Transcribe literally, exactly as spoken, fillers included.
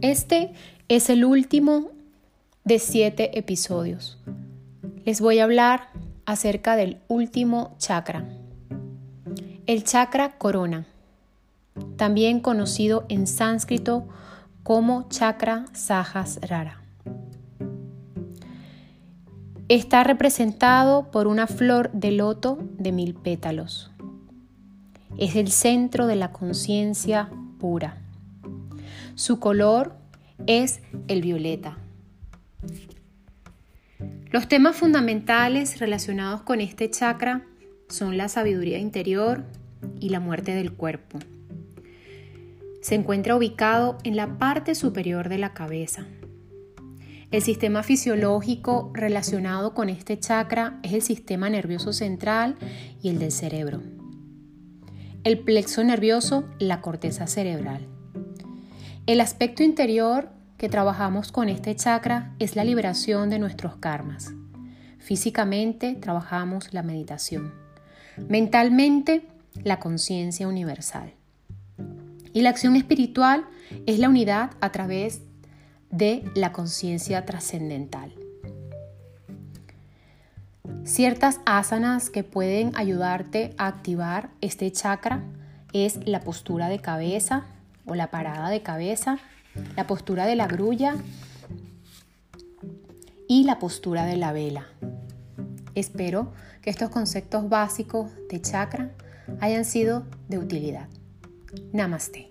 Este es el último de siete episodios. Les voy a hablar acerca del último chakra, el chakra corona, también conocido en sánscrito como chakra sahasrara. Está representado por una flor de loto de mil pétalos. Es el centro de la conciencia pura. Su color es el violeta. Los temas fundamentales relacionados con este chakra son la sabiduría interior y la muerte del cuerpo. Se encuentra ubicado en la parte superior de la cabeza. El sistema fisiológico relacionado con este chakra es el sistema nervioso central y el del cerebro. El plexo nervioso, la corteza cerebral. El aspecto interior que trabajamos con este chakra es la liberación de nuestros karmas. Físicamente trabajamos la meditación. Mentalmente, la conciencia universal. Y la acción espiritual es la unidad a través de la conciencia trascendental. Ciertas asanas que pueden ayudarte a activar este chakra es la postura de cabeza o la parada de cabeza, la postura de la grulla y la postura de la vela. Espero que estos conceptos básicos de chakra hayan sido de utilidad. Namaste.